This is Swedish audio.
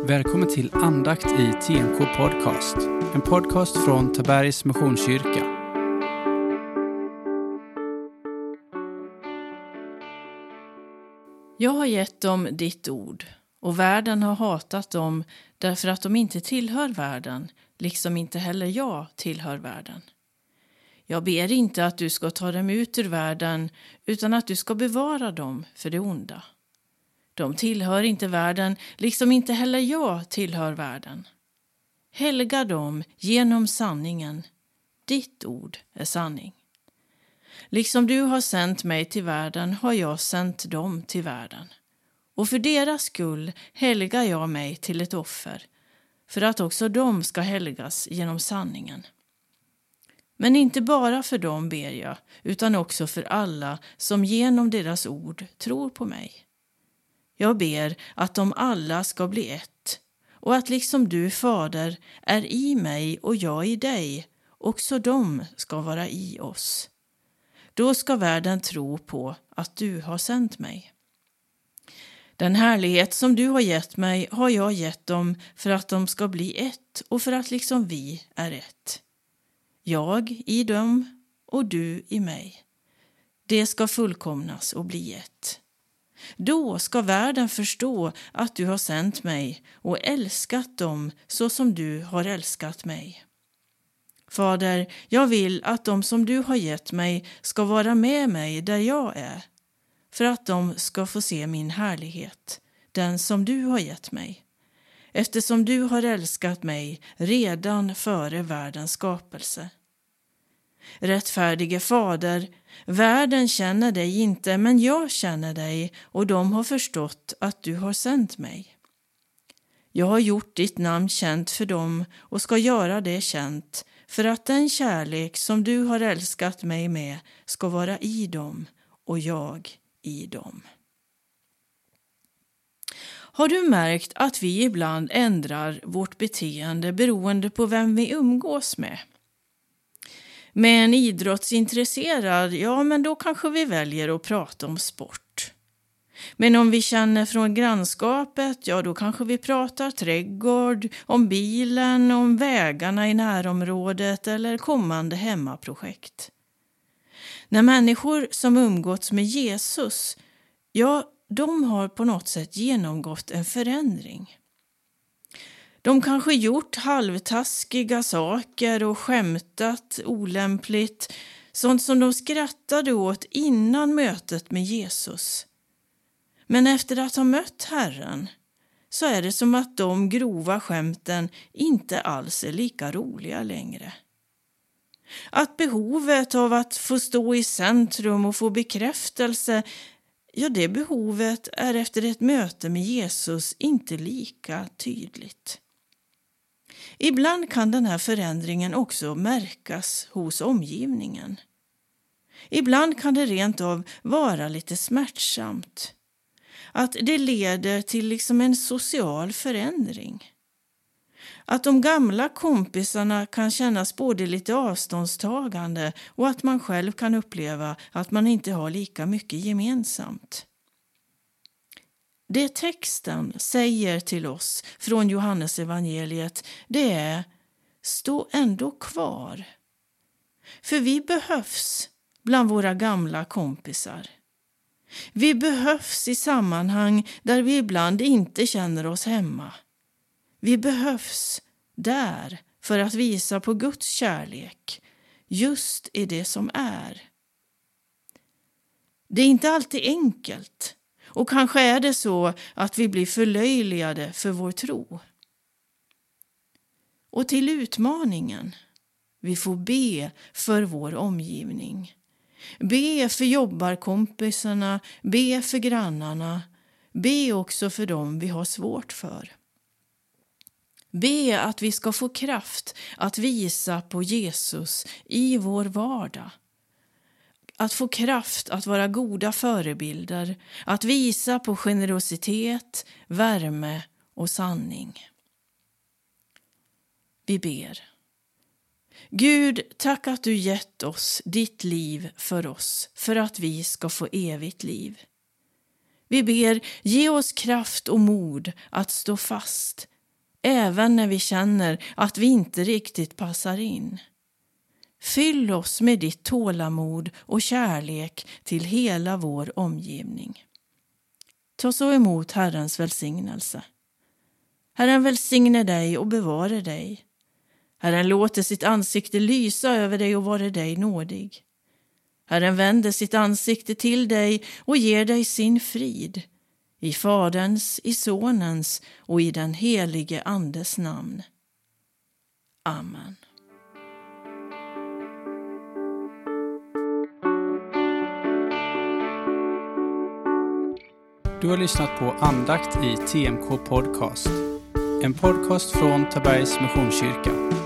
Välkommen till andakt i TNK Podcast. En podcast från Tabergs Missionskyrka. Jag har gett dem ditt ord, och världen har hatat dem därför att de inte tillhör världen, liksom inte heller jag tillhör världen. Jag ber inte att du ska ta dem ut ur världen, utan att du ska bevara dem för det onda. De tillhör inte världen, liksom inte heller jag tillhör världen. Helga dem genom sanningen. Ditt ord är sanning. Liksom du har sänt mig till världen har jag sänt dem till världen. Och för deras skull helgar jag mig till ett offer, för att också de ska helgas genom sanningen. Men inte bara för dem ber jag, utan också för alla som genom deras ord tror på mig. Jag ber att de alla ska bli ett, och att liksom du, Fader, är i mig och jag i dig, också de ska vara i oss. Då ska världen tro på att du har sänt mig. Den härlighet som du har gett mig har jag gett dem för att de ska bli ett och för att liksom vi är ett. Jag i dem och du i mig. Det ska fullkomnas och bli ett. Då ska världen förstå att du har sänt mig och älskat dem så som du har älskat mig. Fader, jag vill att de som du har gett mig ska vara med mig där jag är, för att de ska få se min härlighet, den som du har gett mig, eftersom du har älskat mig redan före världens skapelse. Rättfärdige Fader, världen känner dig inte, men jag känner dig, och de har förstått att du har sänt mig. Jag har gjort ditt namn känt för dem och ska göra det känt, för att den kärlek som du har älskat mig med ska vara i dem och jag i dem. Har du märkt att vi ibland ändrar vårt beteende beroende på vem vi umgås med? Med en idrottsintresserad, men då kanske vi väljer att prata om sport. Men om vi känner från grannskapet, då kanske vi pratar trädgård, om bilen, om vägarna i närområdet eller kommande hemmaprojekt. När människor som umgåtts med Jesus, de har på något sätt genomgått en förändring. De kanske gjort halvtaskiga saker och skämtat olämpligt, sånt som de skrattade åt innan mötet med Jesus. Men efter att ha mött Herren så är det som att de grova skämten inte alls är lika roliga längre. Att behovet av att få stå i centrum och få bekräftelse, det behovet är efter ett möte med Jesus inte lika tydligt. Ibland kan den här förändringen också märkas hos omgivningen. Ibland kan det rent av vara lite smärtsamt. Att det leder till liksom en social förändring. Att de gamla kompisarna kan kännas både lite avståndstagande och att man själv kan uppleva att man inte har lika mycket gemensamt. Det texten säger till oss från Johannes evangeliet, det är: stå ändå kvar. För vi behövs bland våra gamla kompisar. Vi behövs i sammanhang där vi ibland inte känner oss hemma. Vi behövs där för att visa på Guds kärlek, just i det som är. Det är inte alltid enkelt. Och kanske är det så att vi blir förlöjligade för vår tro. Och till utmaningen, vi får be för vår omgivning. Be för jobbarkompisarna, be för grannarna, be också för dem vi har svårt för. Be att vi ska få kraft att visa på Jesus i vår vardag. Att få kraft att vara goda förebilder, att visa på generositet, värme och sanning. Vi ber. Gud, tack att du gett oss ditt liv för oss, för att vi ska få evigt liv. Vi ber, ge oss kraft och mod att stå fast även när vi känner att vi inte riktigt passar in. Fyll oss med ditt tålamod och kärlek till hela vår omgivning. Ta så emot Herrens välsignelse. Herren välsigne dig och bevare dig. Herren låter sitt ansikte lysa över dig och vare dig nådig. Herren vänder sitt ansikte till dig och ger dig sin frid. I Faderns, i Sonens och i den helige Andes namn. Amen. Du har lyssnat på andakt i TMK Podcast. En podcast från Tabergs Missionskyrka.